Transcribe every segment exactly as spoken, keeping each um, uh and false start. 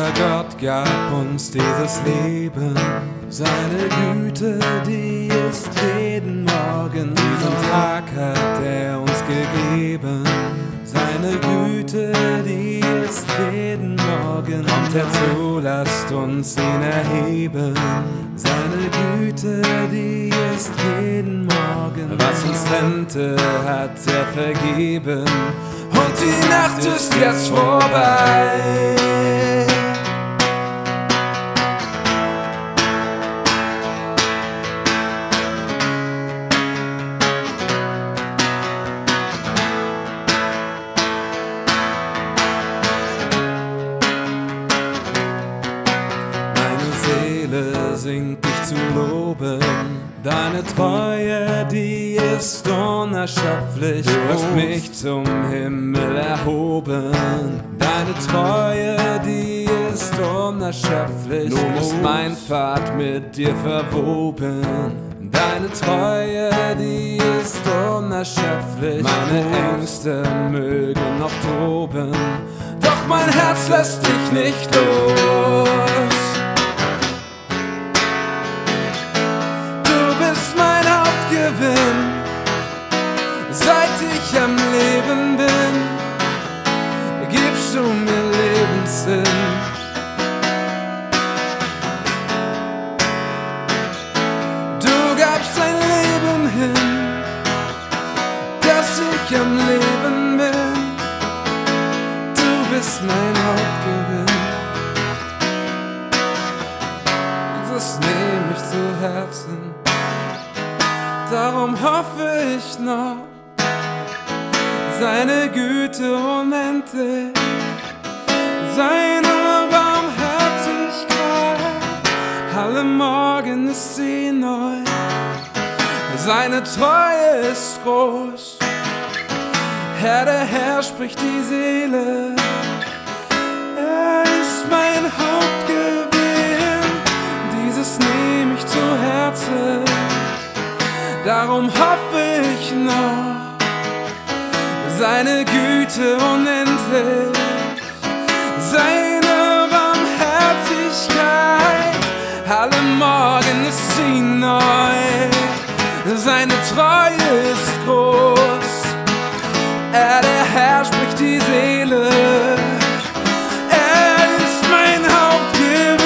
Unser Gott gab uns dieses Leben, seine Güte, die ist jeden Morgen. Diesen Tag hat er uns gegeben, seine Güte, die ist jeden Morgen. Kommt herzu, lasst uns ihn erheben, seine Güte, die ist jeden Morgen. Was uns trennte, hat er vergeben, und die Nacht ist jetzt vorbei. Singt dich zu loben, deine Treue, die ist unerschöpflich, du hast mich zum Himmel erhoben. Deine Treue, die ist unerschöpflich, nun ist mein Pfad mit dir verwoben. Deine Treue, die ist unerschöpflich, meine Ängste mögen noch toben, doch mein Herz lässt dich nicht los. Seit ich am Leben bin, gibst du mir Lebenssinn. Du gabst dein Leben hin, dass ich am Leben bin. Du bist mein Hauptgewinn. Das nehm ich zu Herzen, darum hoffe ich noch, seine Güte unendlich, seine Barmherzigkeit, alle Morgen ist sie neu, seine Treue ist groß, Herr der Herr spricht die Seele, er ist mein Hauptgewinn, dieses nehme ich zu Herzen. Darum hoffe ich noch, seine Güte unendlich, seine Barmherzigkeit, alle Morgen ist sie neu, seine Treue ist groß, er der Herr spricht die Seele, er ist mein Hauptgewinn.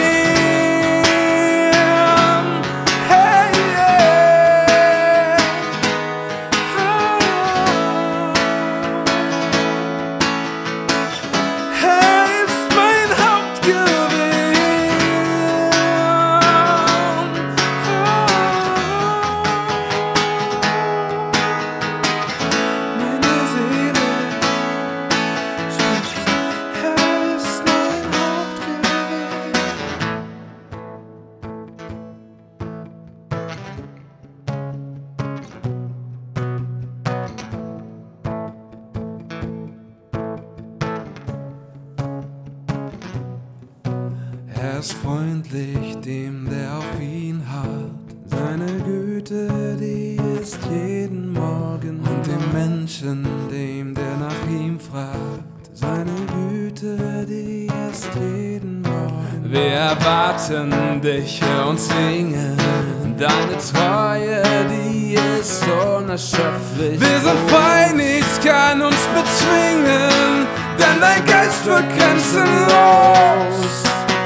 Er ist freundlich dem, der auf ihn harrt, seine Güte, die ist jeden Morgen, und dem Menschen, dem, der nach ihm fragt, seine Güte, die ist jeden Morgen. Wir erwarten dich, hör uns singen, deine Treue, die ist unerschöpflich. Wir sind frei, nichts kann uns bezwingen, denn dein Geist wird grenzenlos.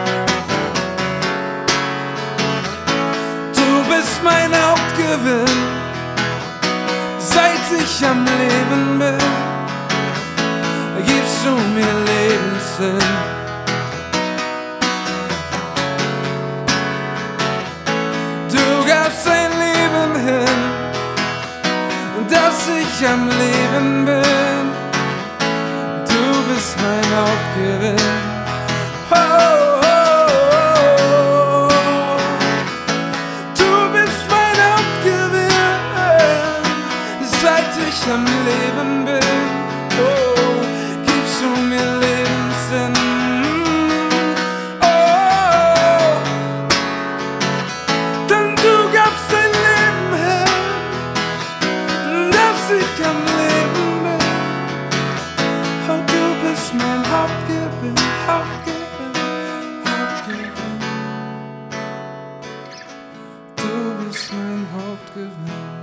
Mein Hauptgewinn, seit ich am Leben bin, gibst du mir Lebenssinn. Du gabst dein Leben hin, dass ich am Leben bin. Du bist mein Hauptgewinn. Oh, oh. Am Leben bin, oh, gibst du mir Lebenssinn. Oh, denn du gabst dein Leben her, dass ich am Leben bin. Oh, du bist mein Hauptgewinn, Hauptgewinn. gewinnt.